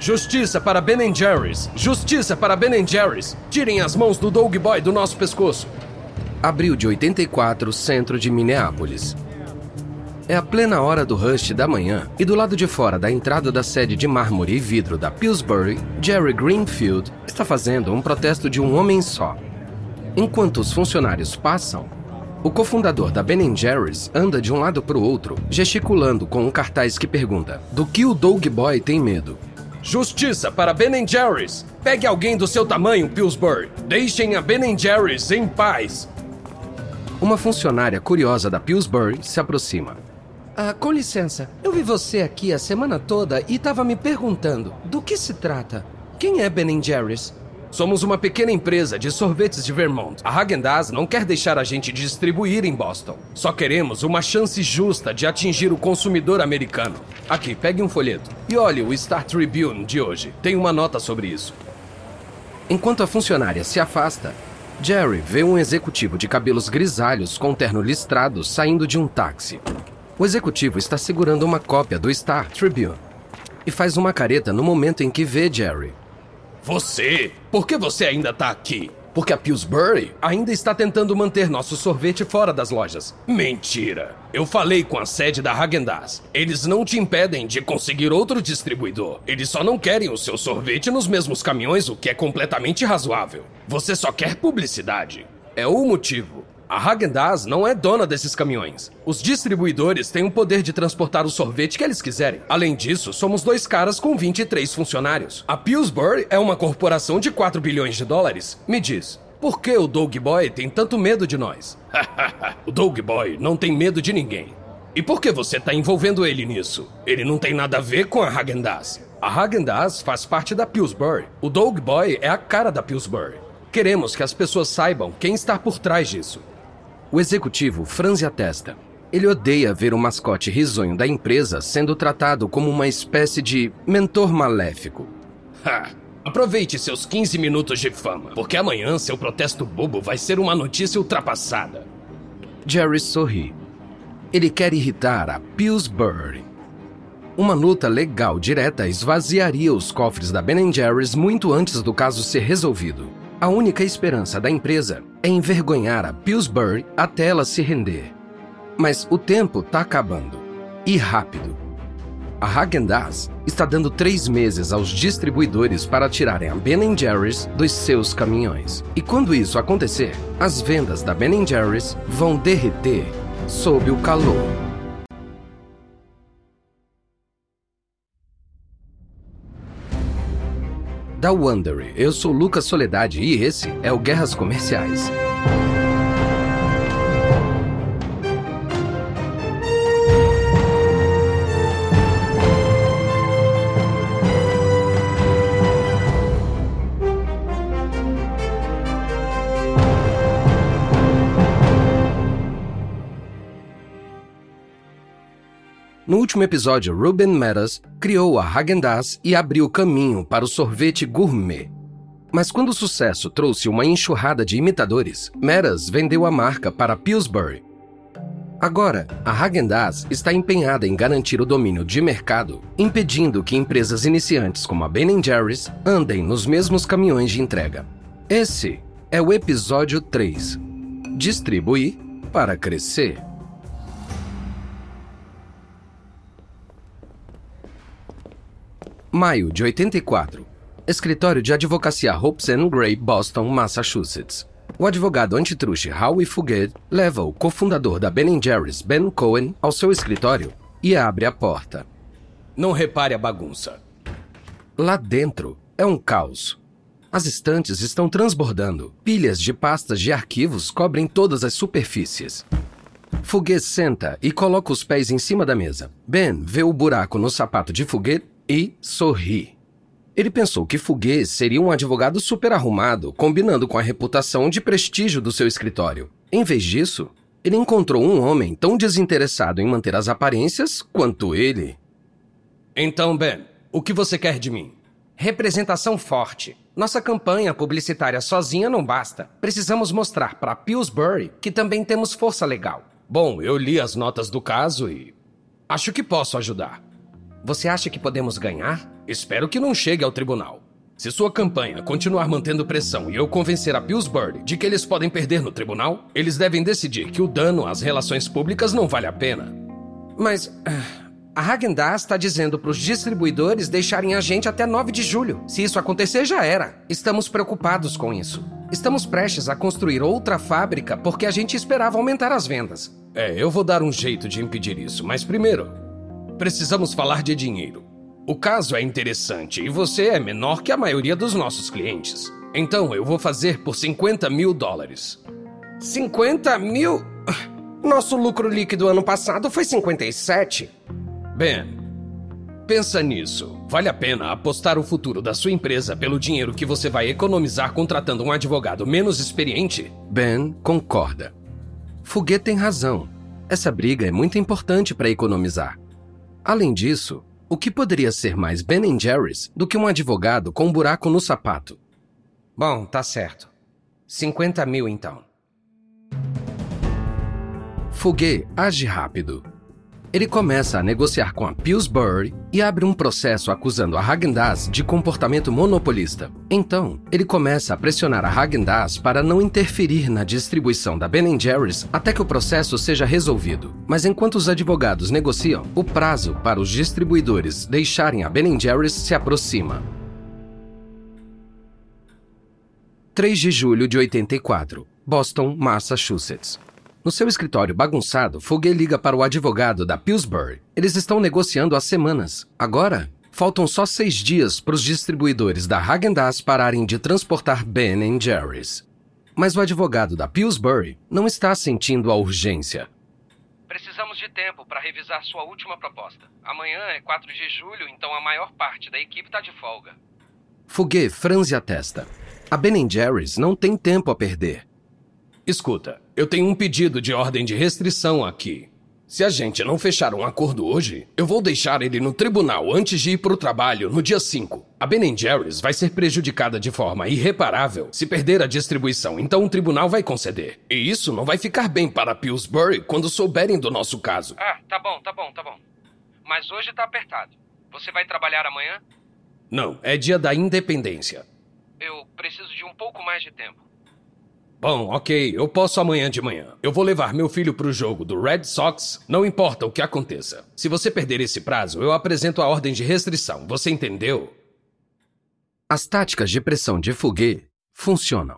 Justiça para Ben & Jerry's! Justiça para Ben & Jerry's! Tirem as mãos do Dog Boy do nosso pescoço! Abril de 84, centro de Minneapolis. É a plena hora do rush da manhã e do lado de fora da entrada da sede de mármore e vidro da Pillsbury, Jerry Greenfield está fazendo um protesto de um homem só. Enquanto os funcionários passam, o cofundador da Ben & Jerry's anda de um lado para o outro, gesticulando com um cartaz que pergunta: do que o Dog Boy tem medo? Justiça para Ben & Jerry's! Pegue alguém do seu tamanho, Pillsbury! Deixem a Ben & Jerry's em paz! Uma funcionária curiosa da Pillsbury se aproxima. Com licença, eu vi você aqui a semana toda e estava me perguntando, do que se trata? Quem é Ben & Jerry's? Somos uma pequena empresa de sorvetes de Vermont. A Häagen-Dazs não quer deixar a gente distribuir em Boston. Só queremos uma chance justa de atingir o consumidor americano. Aqui, pegue um folheto e olhe o Star Tribune de hoje. Tem uma nota sobre isso. Enquanto a funcionária se afasta, Jerry vê um executivo de cabelos grisalhos com terno listrado saindo de um táxi. O executivo está segurando uma cópia do Star Tribune e faz uma careta no momento em que vê Jerry. Você? Por que você ainda tá aqui? Porque a Pillsbury ainda está tentando manter nosso sorvete fora das lojas. Mentira! Eu falei com a sede da Häagen-Dazs. Eles não te impedem de conseguir outro distribuidor. Eles só não querem o seu sorvete nos mesmos caminhões, o que é completamente razoável. Você só quer publicidade. É o motivo. A Häagen-Dazs não é dona desses caminhões. Os distribuidores têm o poder de transportar o sorvete que eles quiserem. Além disso, somos 2 caras com 23 funcionários. A Pillsbury é uma corporação de 4 bilhões de dólares. Me diz, por que o Dog Boy tem tanto medo de nós? O Dog Boy não tem medo de ninguém. E por que você está envolvendo ele nisso? Ele não tem nada a ver com a Häagen-Dazs. A Häagen-Dazs faz parte da Pillsbury. O Dog Boy é a cara da Pillsbury. Queremos que as pessoas saibam quem está por trás disso. O executivo franze a testa. Ele odeia ver o mascote risonho da empresa sendo tratado como uma espécie de mentor maléfico. Aproveite seus 15 minutos de fama, porque amanhã seu protesto bobo vai ser uma notícia ultrapassada. Jerry sorri. Ele quer irritar a Pillsbury. Uma luta legal direta esvaziaria os cofres da Ben & Jerry's muito antes do caso ser resolvido. A única esperança da empresa é envergonhar a Pillsbury até ela se render. Mas o tempo está acabando. E rápido. A Häagen-Dazs está dando 3 meses aos distribuidores para tirarem a Ben & Jerry's dos seus caminhões. E quando isso acontecer, as vendas da Ben & Jerry's vão derreter sob o calor. Da Wondery, eu sou Lucas Soledade e esse é o Guerras Comerciais. No último episódio, Ruben Meadows criou a Häagen-Dazs e abriu caminho para o sorvete gourmet. Mas quando o sucesso trouxe uma enxurrada de imitadores, Meadows vendeu a marca para Pillsbury. Agora, a Häagen-Dazs está empenhada em garantir o domínio de mercado, impedindo que empresas iniciantes como a Ben & Jerry's andem nos mesmos caminhões de entrega. Esse é o episódio 3. Distribuir para crescer. Maio de 84. Escritório de advocacia Hopes & Gray, Boston, Massachusetts. O advogado antitruste Howie Fugate leva o cofundador da Ben & Jerry's, Ben Cohen, ao seu escritório e abre a porta. Não repare a bagunça. Lá dentro é um caos. As estantes estão transbordando. Pilhas de pastas de arquivos cobrem todas as superfícies. Fugate senta e coloca os pés em cima da mesa. Ben vê o buraco no sapato de Fugate e sorri. Ele pensou que Fugate seria um advogado super arrumado, combinando com a reputação de prestígio do seu escritório. Em vez disso, ele encontrou um homem tão desinteressado em manter as aparências quanto ele. Então, Ben, o que você quer de mim? Representação forte. Nossa campanha publicitária sozinha não basta. Precisamos mostrar para Pillsbury que também temos força legal. Bom, eu li as notas do caso e acho que posso ajudar. Você acha que podemos ganhar? Espero que não chegue ao tribunal. Se sua campanha continuar mantendo pressão e eu convencer a Pillsbury de que eles podem perder no tribunal, eles devem decidir que o dano às relações públicas não vale a pena. Mas a Häagen-Dazs está dizendo para os distribuidores deixarem a gente até 9 de julho. Se isso acontecer, já era. Estamos preocupados com isso. Estamos prestes a construir outra fábrica porque a gente esperava aumentar as vendas. Eu vou dar um jeito de impedir isso, mas primeiro, precisamos falar de dinheiro. O caso é interessante e você é menor que a maioria dos nossos clientes. Então eu vou fazer por $50 mil. 50 mil? Nosso lucro líquido ano passado foi 57. Ben, pensa nisso. Vale a pena apostar o futuro da sua empresa pelo dinheiro que você vai economizar contratando um advogado menos experiente? Ben concorda. Fouguet tem razão. Essa briga é muito importante para economizar. Além disso, o que poderia ser mais Ben & Jerry's do que um advogado com um buraco no sapato? Bom, tá certo. 50 mil, então. Fouguet age rápido. Ele começa a negociar com a Pillsbury e abre um processo acusando a Häagen-Dazs de comportamento monopolista. Então, ele começa a pressionar a Häagen-Dazs para não interferir na distribuição da Ben & Jerry's até que o processo seja resolvido. Mas enquanto os advogados negociam, o prazo para os distribuidores deixarem a Ben & Jerry's se aproxima. 3 de julho de 84, Boston, Massachusetts. No seu escritório bagunçado, Fouguet liga para o advogado da Pillsbury. Eles estão negociando há semanas. Agora, faltam só 6 dias para os distribuidores da Häagen-Dazs pararem de transportar Ben & Jerry's. Mas o advogado da Pillsbury não está sentindo a urgência. Precisamos de tempo para revisar sua última proposta. Amanhã é 4 de julho, então a maior parte da equipe está de folga. Fouguet franze a testa. A Ben & Jerry's não tem tempo a perder. Escuta, eu tenho um pedido de ordem de restrição aqui. Se a gente não fechar um acordo hoje, eu vou deixar ele no tribunal antes de ir para o trabalho no dia 5. A Ben & Jerry's vai ser prejudicada de forma irreparável se perder a distribuição, então o tribunal vai conceder. E isso não vai ficar bem para a Pillsbury quando souberem do nosso caso. Tá bom. Mas hoje tá apertado. Você vai trabalhar amanhã? Não, é dia da independência. Eu preciso de um pouco mais de tempo. Bom, ok, eu posso amanhã de manhã. Eu vou levar meu filho pro jogo do Red Sox, não importa o que aconteça. Se você perder esse prazo, eu apresento a ordem de restrição, você entendeu? As táticas de pressão de Fouguet funcionam.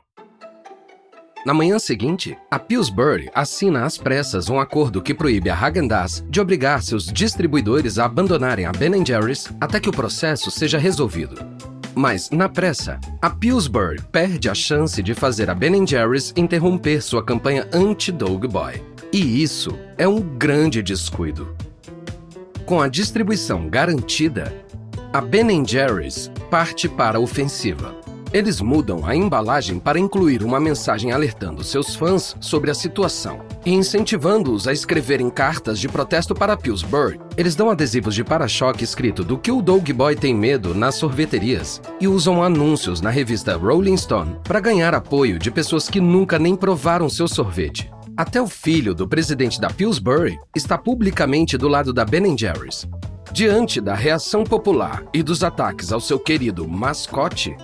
Na manhã seguinte, a Pillsbury assina às pressas um acordo que proíbe a Häagen-Dazs de obrigar seus distribuidores a abandonarem a Ben & Jerry's até que o processo seja resolvido. Mas, na pressa, a Pillsbury perde a chance de fazer a Ben & Jerry's interromper sua campanha anti-Dog Boy. E isso é um grande descuido. Com a distribuição garantida, a Ben & Jerry's parte para a ofensiva. Eles mudam a embalagem para incluir uma mensagem alertando seus fãs sobre a situação e incentivando-os a escreverem cartas de protesto para Pillsbury. Eles dão adesivos de para-choque escrito "Do que o Dog Boy tem medo" nas sorveterias e usam anúncios na revista Rolling Stone para ganhar apoio de pessoas que nunca nem provaram seu sorvete. Até o filho do presidente da Pillsbury está publicamente do lado da Ben & Jerry's. Diante da reação popular e dos ataques ao seu querido mascote,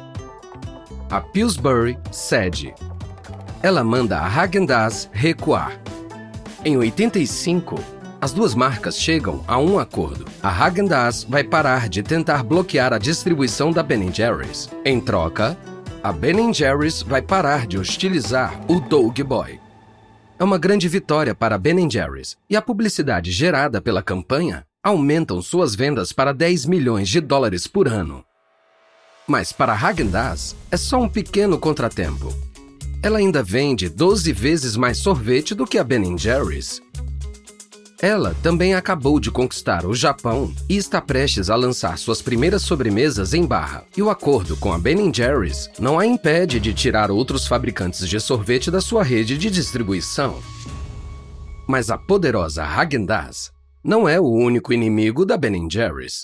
a Pillsbury cede. Ela manda a Häagen-Dazs recuar. Em 85, as duas marcas chegam a um acordo. A Häagen-Dazs vai parar de tentar bloquear a distribuição da Ben & Jerry's. Em troca, a Ben & Jerry's vai parar de hostilizar o Dog Boy. É uma grande vitória para a Ben & Jerry's e a publicidade gerada pela campanha aumentam suas vendas para $10 milhões por ano. Mas para a Häagen-Dazs é só um pequeno contratempo. Ela ainda vende 12 vezes mais sorvete do que a Ben & Jerry's. Ela também acabou de conquistar o Japão e está prestes a lançar suas primeiras sobremesas em barra. E o acordo com a Ben & Jerry's não a impede de tirar outros fabricantes de sorvete da sua rede de distribuição. Mas a poderosa Häagen-Dazs não é o único inimigo da Ben & Jerry's.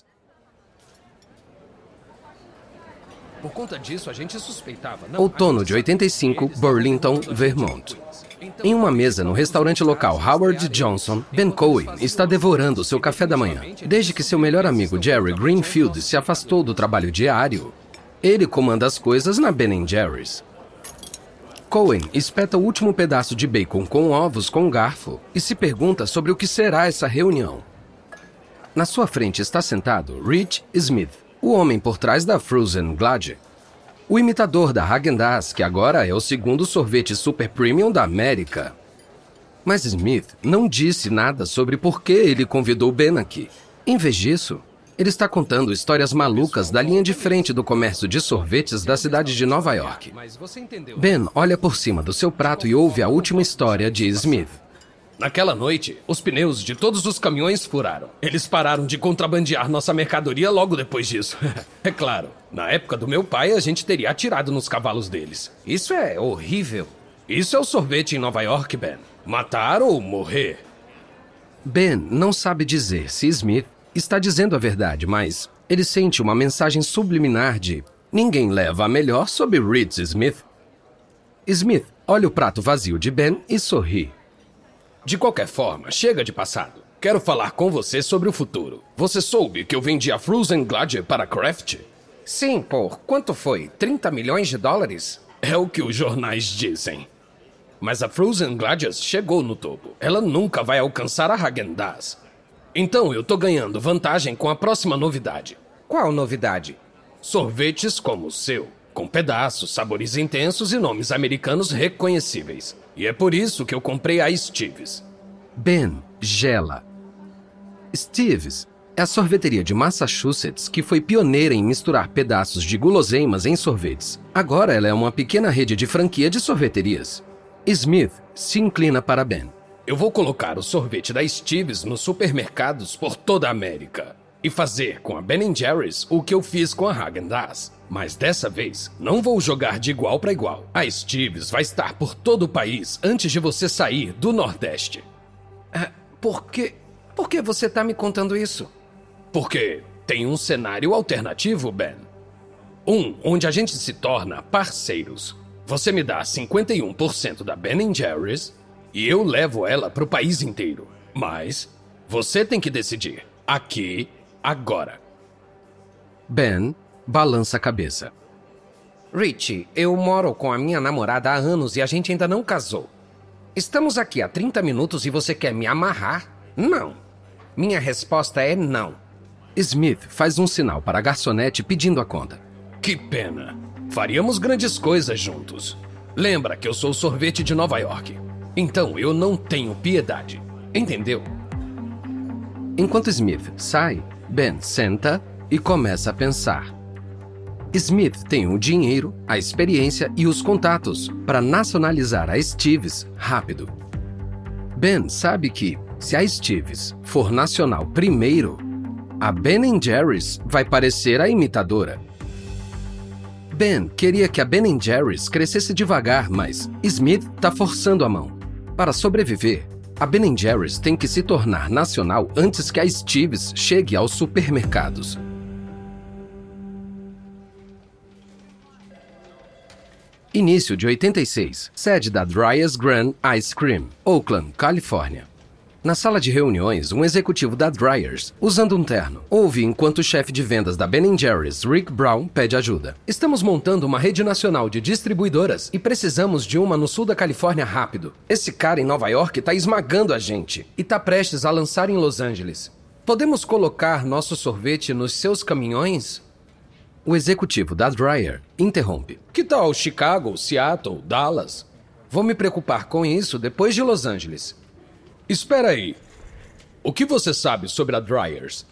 Por conta disso, a gente suspeitava. Outono de 85, Burlington, Vermont. Em uma mesa no restaurante local Howard Johnson, Ben Cohen está devorando seu café da manhã. Desde que seu melhor amigo Jerry Greenfield se afastou do trabalho diário, ele comanda as coisas na Ben & Jerry's. Cohen espeta o último pedaço de bacon com ovos com um garfo e se pergunta sobre o que será essa reunião. Na sua frente está sentado Rich Smith, o homem por trás da Frozen Glade, o imitador da Häagen-Dazs, que agora é o segundo sorvete super premium da América. Mas Smith não disse nada sobre por que ele convidou Ben aqui. Em vez disso, ele está contando histórias malucas da linha de frente do comércio de sorvetes da cidade de Nova York. Ben olha por cima do seu prato e ouve a última história de Smith. Naquela noite, os pneus de todos os caminhões furaram. Eles pararam de contrabandear nossa mercadoria logo depois disso. É claro, na época do meu pai, a gente teria atirado nos cavalos deles. Isso é horrível. Isso é o sorvete em Nova York, Ben. Matar ou morrer. Ben não sabe dizer se Smith está dizendo a verdade, mas ele sente uma mensagem subliminar de ninguém leva a melhor sobre Rich Smith. Smith olha o prato vazio de Ben e sorri. De qualquer forma, chega de passado. Quero falar com você sobre o futuro. Você soube que eu vendi a Frozen Glade para Kraft? Sim, por quanto foi? 30 milhões de dólares? É o que os jornais dizem. Mas a Frozen Glade chegou no topo. Ela nunca vai alcançar a Häagen-Dazs. Então eu tô ganhando vantagem com a próxima novidade. Qual novidade? Sorvetes como o seu, com pedaços, sabores intensos e nomes americanos reconhecíveis. E é por isso que eu comprei a Steve's. Ben gela. Steve's é a sorveteria de Massachusetts que foi pioneira em misturar pedaços de guloseimas em sorvetes. Agora ela é uma pequena rede de franquia de sorveterias. Smith se inclina para Ben. Eu vou colocar o sorvete da Steve's nos supermercados por toda a América. E fazer com a Ben & Jerry's o que eu fiz com a Häagen-Dazs. Mas dessa vez, não vou jogar de igual para igual. A Steve's vai estar por todo o país antes de você sair do Nordeste. Por que você tá me contando isso? Porque tem um cenário alternativo, Ben. Onde a gente se torna parceiros. Você me dá 51% da Ben & Jerry's e eu levo ela pro país inteiro. Mas você tem que decidir. Aqui, agora. Ben balança a cabeça. Rich, eu moro com a minha namorada há anos e a gente ainda não casou. Estamos aqui há 30 minutos e você quer me amarrar? Não. Minha resposta é não. Smith faz um sinal para a garçonete pedindo a conta. Que pena. Faríamos grandes coisas juntos. Lembra que eu sou o sorvete de Nova York. Então eu não tenho piedade. Entendeu? Enquanto Smith sai, Ben senta e começa a pensar. Smith tem o dinheiro, a experiência e os contatos para nacionalizar a Steve's rápido. Ben sabe que, se a Steve's for nacional primeiro, a Ben & Jerry's vai parecer a imitadora. Ben queria que a Ben & Jerry's crescesse devagar, mas Smith está forçando a mão. Para sobreviver, a Ben & Jerry's tem que se tornar nacional antes que a Steve's chegue aos supermercados. Início de 86, sede da Dreyer's Grand Ice Cream, Oakland, Califórnia. Na sala de reuniões, um executivo da Dreyer's, usando um terno, ouve enquanto o chefe de vendas da Ben & Jerry's, Rick Brown, pede ajuda. Estamos montando uma rede nacional de distribuidoras e precisamos de uma no sul da Califórnia rápido. Esse cara em Nova York tá esmagando a gente e tá prestes a lançar em Los Angeles. Podemos colocar nosso sorvete nos seus caminhões? O executivo da Dreyer interrompe. Que tal Chicago, Seattle, Dallas? Vou me preocupar com isso depois de Los Angeles. Espera aí. O que você sabe sobre a Dreyer's?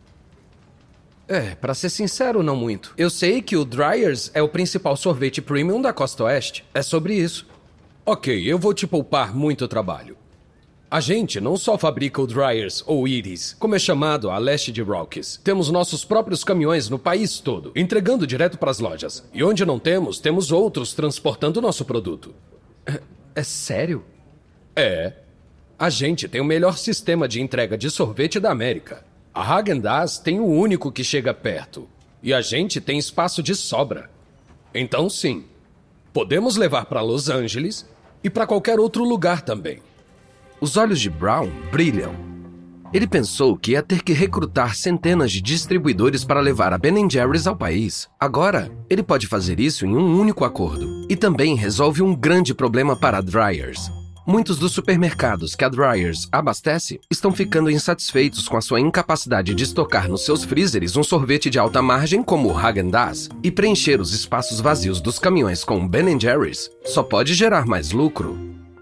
Pra ser sincero, não muito. Eu sei que o Dreyer's é o principal sorvete premium da Costa Oeste. É sobre isso. Ok, eu vou te poupar muito trabalho. A gente não só fabrica o Dreyer's ou Iris, como é chamado a leste de Rockies. Temos nossos próprios caminhões no país todo, entregando direto para as lojas. E onde não temos, temos outros transportando nosso produto. É sério? É. A gente tem o melhor sistema de entrega de sorvete da América. A Häagen-Dazs tem o único que chega perto. E a gente tem espaço de sobra. Então, sim, podemos levar para Los Angeles E para qualquer outro lugar também. Os olhos de Brown brilham. Ele pensou que ia ter que recrutar centenas de distribuidores para levar a Ben & Jerry's ao país. Agora, ele pode fazer isso em um único acordo. E também resolve um grande problema para a Dreyer's. Muitos dos supermercados que a Dreyer's abastece estão ficando insatisfeitos com a sua incapacidade de estocar nos seus freezers um sorvete de alta margem como o Häagen-Dazs, e preencher os espaços vazios dos caminhões com Ben & Jerry's só pode gerar mais lucro.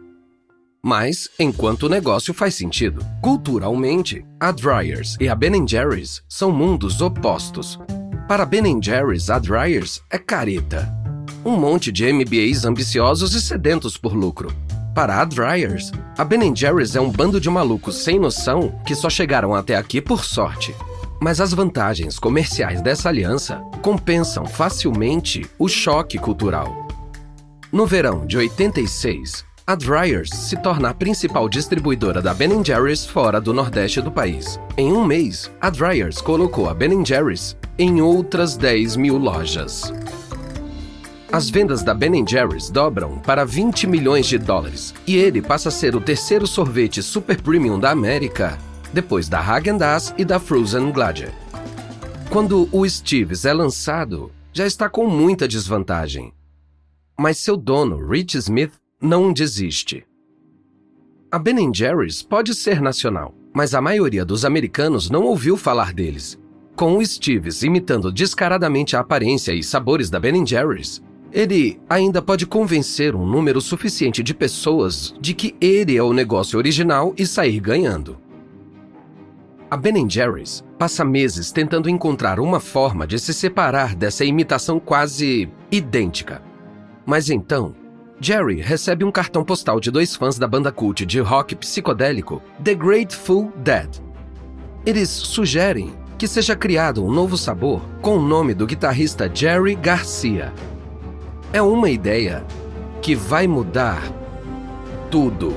Mas, enquanto o negócio faz sentido, culturalmente, a Dreyer's e a Ben & Jerry's são mundos opostos. Para Ben & Jerry's, a Dreyer's é careta. Um monte de MBAs ambiciosos e sedentos por lucro. Para a Dreyer's, a Ben & Jerry's é um bando de malucos sem noção que só chegaram até aqui por sorte. Mas as vantagens comerciais dessa aliança compensam facilmente o choque cultural. No verão de 86, a Dreyer's se torna a principal distribuidora da Ben & Jerry's fora do Nordeste do país. Em um mês, a Dreyer's colocou a Ben & Jerry's em outras 10 mil lojas. As vendas da Ben & Jerry's dobram para 20 milhões de dólares e ele passa a ser o terceiro sorvete super premium da América, depois da Häagen-Dazs e da Frozen Glade. Quando o Steve's é lançado, já está com muita desvantagem. Mas seu dono, Rich Smith, não desiste. A Ben & Jerry's pode ser nacional, mas a maioria dos americanos não ouviu falar deles. Com o Steve's imitando descaradamente a aparência e sabores da Ben & Jerry's, ele ainda pode convencer um número suficiente de pessoas de que ele é o negócio original e sair ganhando. A Ben & Jerry's passa meses tentando encontrar uma forma de se separar dessa imitação quase idêntica. Mas então, Jerry recebe um cartão postal de 2 fãs da banda cult de rock psicodélico The Grateful Dead. Eles sugerem que seja criado um novo sabor com o nome do guitarrista Jerry Garcia. É uma ideia que vai mudar tudo.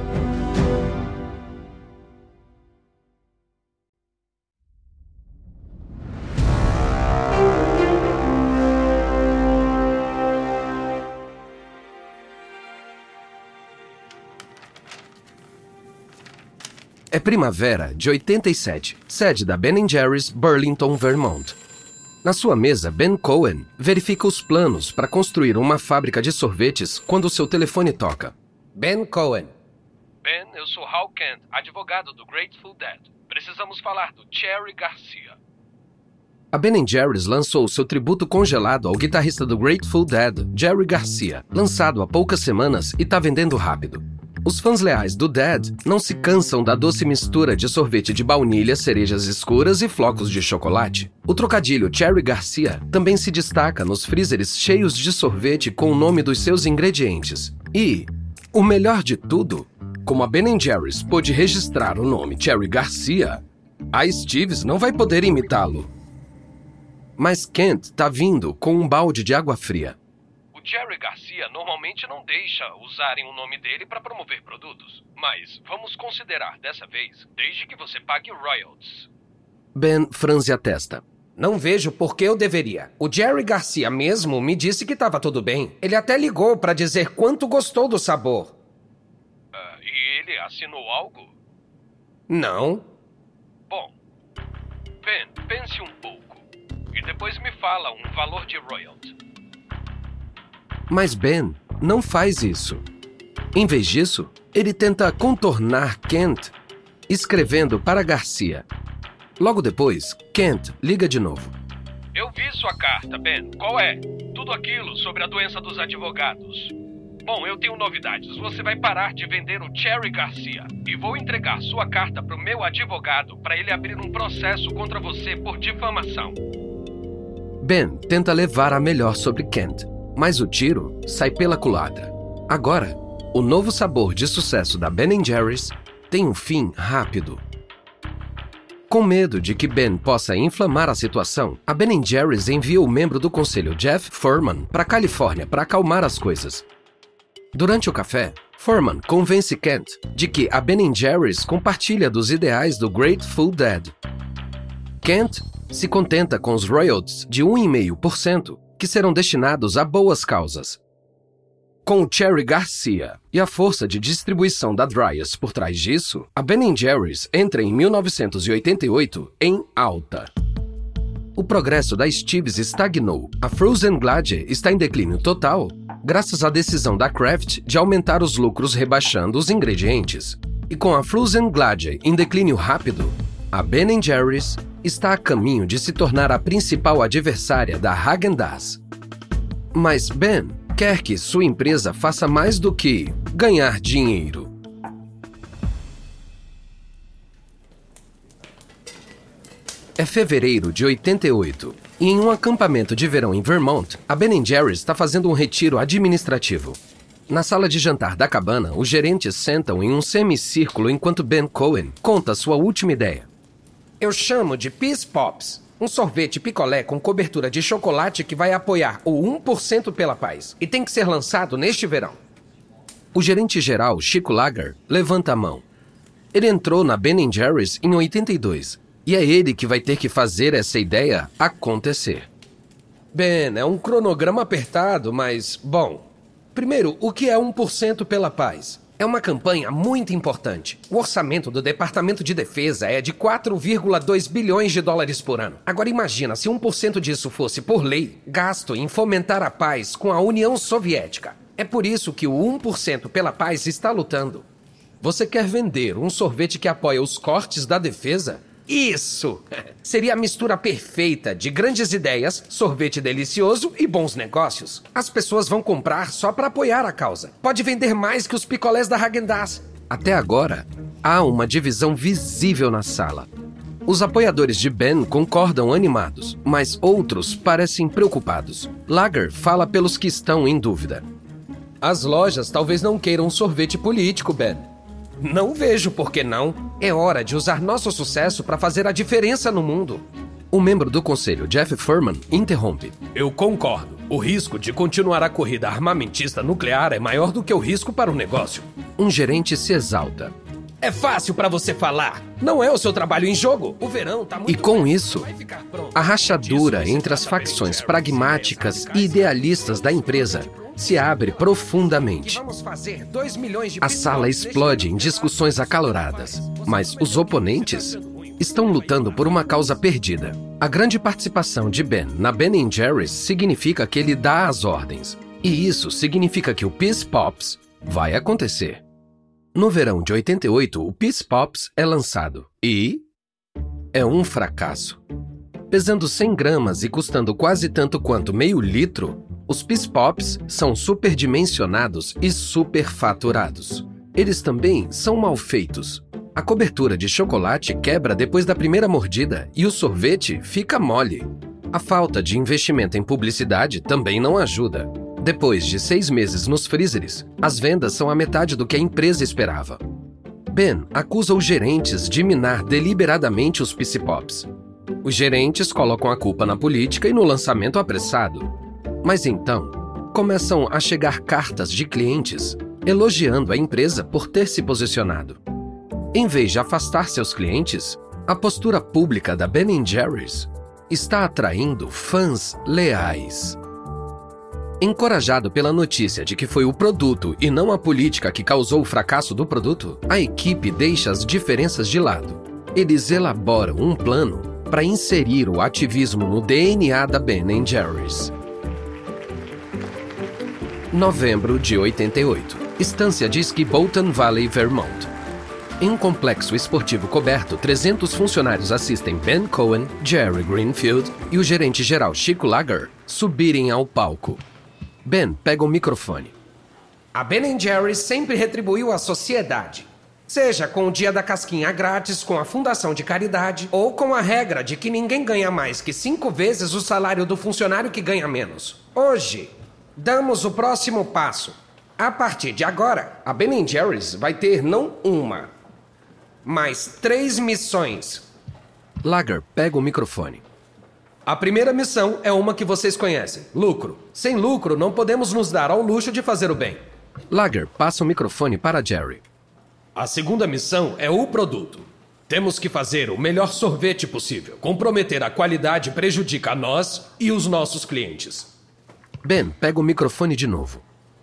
É primavera de 87, sede da Ben & Jerry's, Burlington, Vermont. Na sua mesa, Ben Cohen verifica os planos para construir uma fábrica de sorvetes quando seu telefone toca. Ben Cohen. Ben, eu sou Hal Kent, advogado do Grateful Dead. Precisamos falar do Jerry Garcia. A Ben & Jerry's lançou seu tributo congelado ao guitarrista do Grateful Dead, Jerry Garcia, lançado há poucas semanas e tá vendendo rápido. Os fãs leais do Dead não se cansam da doce mistura de sorvete de baunilha, cerejas escuras e flocos de chocolate. O trocadilho Jerry Garcia também se destaca nos freezers cheios de sorvete com o nome dos seus ingredientes. E, o melhor de tudo, como a Ben & Jerry's pôde registrar o nome Jerry Garcia, a Steve's não vai poder imitá-lo. Mas Kent tá vindo com um balde de água fria. Jerry Garcia normalmente não deixa usarem o nome dele para promover produtos, mas vamos considerar dessa vez, desde que você pague royalties. Ben franze a testa. Não vejo por que eu deveria. O Jerry Garcia mesmo me disse que estava tudo bem. Ele até ligou para dizer quanto gostou do sabor. E ele assinou algo? Não. Bom, Ben, pense um pouco e depois me fala um valor de royalties. Mas Ben não faz isso. Em vez disso, ele tenta contornar Kent, escrevendo para Garcia. Logo depois, Kent liga de novo. Eu vi sua carta, Ben. Qual é? Tudo aquilo sobre a doença dos advogados. Bom, eu tenho novidades. Você vai parar de vender o Jerry Garcia e vou entregar sua carta para o meu advogado para ele abrir um processo contra você por difamação. Ben tenta levar a melhor sobre Kent, mas o tiro sai pela culatra. Agora, o novo sabor de sucesso da Ben & Jerry's tem um fim rápido. Com medo de que Ben possa inflamar a situação, a Ben & Jerry's envia o membro do conselho Jeff Furman para a Califórnia para acalmar as coisas. Durante o café, Furman convence Kent de que a Ben & Jerry's compartilha dos ideais do Grateful Dead. Kent se contenta com os royalties de 1,5% que serão destinados a boas causas. com o Cherry Garcia e a força de distribuição da Dreyer's por trás disso, a Ben & Jerry's entra em 1988 em alta. O progresso da Steve's estagnou. A Frozen Glade está em declínio total, graças à decisão da Kraft de aumentar os lucros rebaixando os ingredientes. E com a Frozen Glade em declínio rápido, a Ben & Jerry's está a caminho de se tornar a principal adversária da Häagen-Dazs. Mas Ben quer que sua empresa faça mais do que ganhar dinheiro. É fevereiro de 88, e em um acampamento de verão em Vermont, a Ben & Jerry's está fazendo um retiro administrativo. Na sala de jantar da cabana, os gerentes sentam em um semicírculo enquanto Ben Cohen conta sua última ideia. Eu chamo de Peace Pops, um sorvete picolé com cobertura de chocolate que vai apoiar o 1% pela paz e tem que ser lançado neste verão. O gerente-geral, Chico Lager, levanta a mão. Ele entrou na Ben & Jerry's em 82 e é ele que vai ter que fazer essa ideia acontecer. Ben, é um cronograma apertado, mas, bom... Primeiro, o que é 1% pela paz? É uma campanha muito importante. O orçamento do Departamento de Defesa é de 4,2 bilhões de dólares por ano. Agora imagina se 1% disso fosse, por lei, gasto em fomentar a paz com a União Soviética. É por isso que o 1% pela paz está lutando. Você quer vender um sorvete que apoia os cortes da defesa? Isso! Seria a mistura perfeita de grandes ideias, sorvete delicioso e bons negócios. As pessoas vão comprar só para apoiar a causa. Pode vender mais que os picolés da Häagen-Dazs. Até agora, há uma divisão visível na sala. Os apoiadores de Ben concordam animados, mas outros parecem preocupados. Lager fala pelos que estão em dúvida. As lojas talvez não queiram um sorvete político, Ben. Não vejo por que não. É hora de usar nosso sucesso para fazer a diferença no mundo. O membro do conselho, Jeff Furman, interrompe. Eu concordo. O risco de continuar a corrida armamentista nuclear é maior do que o risco para o negócio. Um gerente se exalta. É fácil para você falar. Não é o seu trabalho em jogo. O verão tá muito... E com isso, a rachadura entre as facções pragmáticas e idealistas da empresa se abre profundamente. A sala explode em discussões acaloradas, mas os oponentes estão lutando por uma causa perdida. A grande participação de Ben na Ben & Jerry's significa que ele dá as ordens, e isso significa que o Peace Pops vai acontecer. No verão de 88, o Peace Pops é lançado e é um fracasso. Pesando 100 gramas e custando quase tanto quanto meio litro, os Peace Pops são superdimensionados e superfaturados. Eles também são mal feitos. A cobertura de chocolate quebra depois da primeira mordida e o sorvete fica mole. A falta de investimento em publicidade também não ajuda. Depois de 6 meses nos freezers, as vendas são a metade do que a empresa esperava. Ben acusa os gerentes de minar deliberadamente os Peace Pops. Os gerentes colocam a culpa na política e no lançamento apressado. Mas então, começam a chegar cartas de clientes elogiando a empresa por ter se posicionado. Em vez de afastar seus clientes, a postura pública da Ben & Jerry's está atraindo fãs leais. Encorajado pela notícia de que foi o produto e não a política que causou o fracasso do produto, a equipe deixa as diferenças de lado. Eles elaboram um plano para inserir o ativismo no DNA da Ben & Jerry's. Novembro de 88. Estância de esqui Bolton Valley, Vermont. Em um complexo esportivo coberto, 300 funcionários assistem Ben Cohen, Jerry Greenfield e o gerente-geral Chico Lager subirem ao palco. Ben pega o microfone. A Ben & Jerry's sempre retribuiu à sociedade. Seja com o dia da casquinha grátis, com a fundação de caridade, ou com a regra de que ninguém ganha mais que 5 vezes o salário do funcionário que ganha menos. Hoje, damos o próximo passo. A partir de agora, a Ben & Jerry's vai ter não uma, mas 3 missões. Lager pega o microfone. A primeira missão é uma que vocês conhecem: lucro. Sem lucro, não podemos nos dar ao luxo de fazer o bem. Lager passa o microfone para Jerry. A segunda missão é o produto. Temos que fazer o melhor sorvete possível. Comprometer a qualidade prejudica a nós e os nossos clientes. Ben pega o microfone de novo.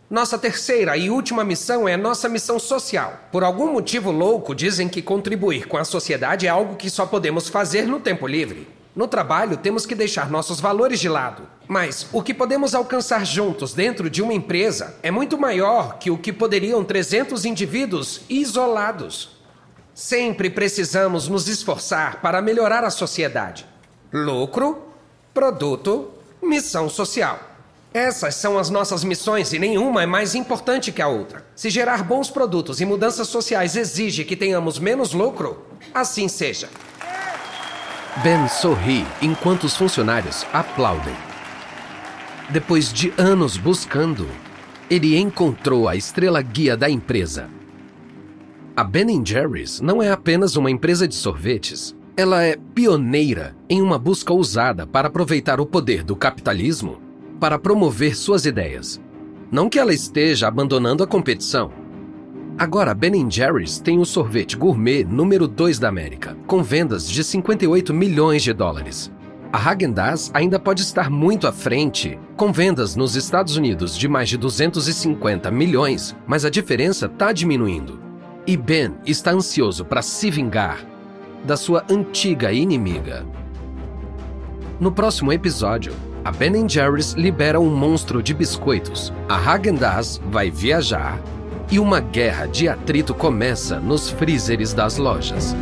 Nossa terceira e última missão é nossa missão social. Por algum motivo louco, dizem que contribuir com a sociedade é algo que só podemos fazer no tempo livre. No trabalho, temos que deixar nossos valores de lado. Mas o que podemos alcançar juntos dentro de uma empresa é muito maior que o que poderiam 300 indivíduos isolados. Sempre precisamos nos esforçar para melhorar a sociedade. Lucro, produto, missão social. Essas são as nossas missões e nenhuma é mais importante que a outra. Se gerar bons produtos e mudanças sociais exige que tenhamos menos lucro, assim seja. Ben sorri enquanto os funcionários aplaudem. Depois de anos buscando, ele encontrou a estrela guia da empresa. A Ben & Jerry's não é apenas uma empresa de sorvetes. Ela é pioneira em uma busca ousada para aproveitar o poder do capitalismo para promover suas ideias. Não que ela esteja abandonando a competição. Agora, a Ben & Jerry's tem o sorvete gourmet número 2 da América, com vendas de 58 milhões de dólares. A Häagen-Dazs ainda pode estar muito à frente, com vendas nos Estados Unidos de mais de 250 milhões, mas a diferença está diminuindo. E Ben está ansioso para se vingar da sua antiga inimiga. No próximo episódio, a Ben & Jerry's libera um monstro de biscoitos, a Häagen-Dazs vai viajar e uma guerra de atrito começa nos freezers das lojas.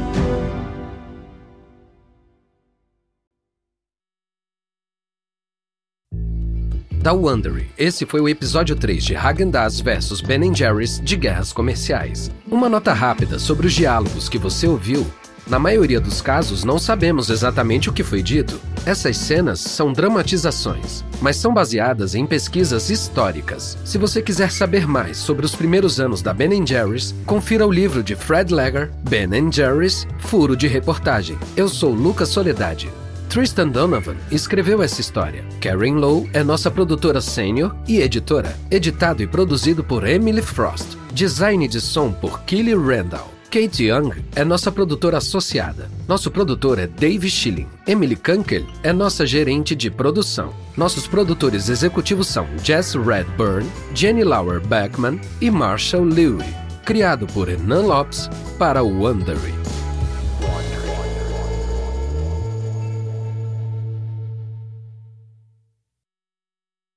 Da Wondery, esse foi o episódio 3 de Häagen-Dazs vs Ben & Jerry's de Guerras Comerciais. Uma nota rápida sobre os diálogos que você ouviu. Na maioria dos casos, não sabemos exatamente o que foi dito. Essas cenas são dramatizações, mas são baseadas em pesquisas históricas. Se você quiser saber mais sobre os primeiros anos da Ben & Jerry's, confira o livro de Fred Lager, Ben & Jerry's, Furo de Reportagem. Eu sou Lucas Soledade. Tristan Donovan escreveu essa história. Karen Lowe é nossa produtora sênior e editora. Editado e produzido por Emily Frost. Design de som por Kelly Randall. Kate Young é nossa produtora associada. Nosso produtor é Dave Schilling. Emily Kunkel é nossa gerente de produção. Nossos produtores executivos são Jess Redburn, Jenny Lauer Beckman e Marshall Lewy. Criado por Hernan Lopes para o Wondery.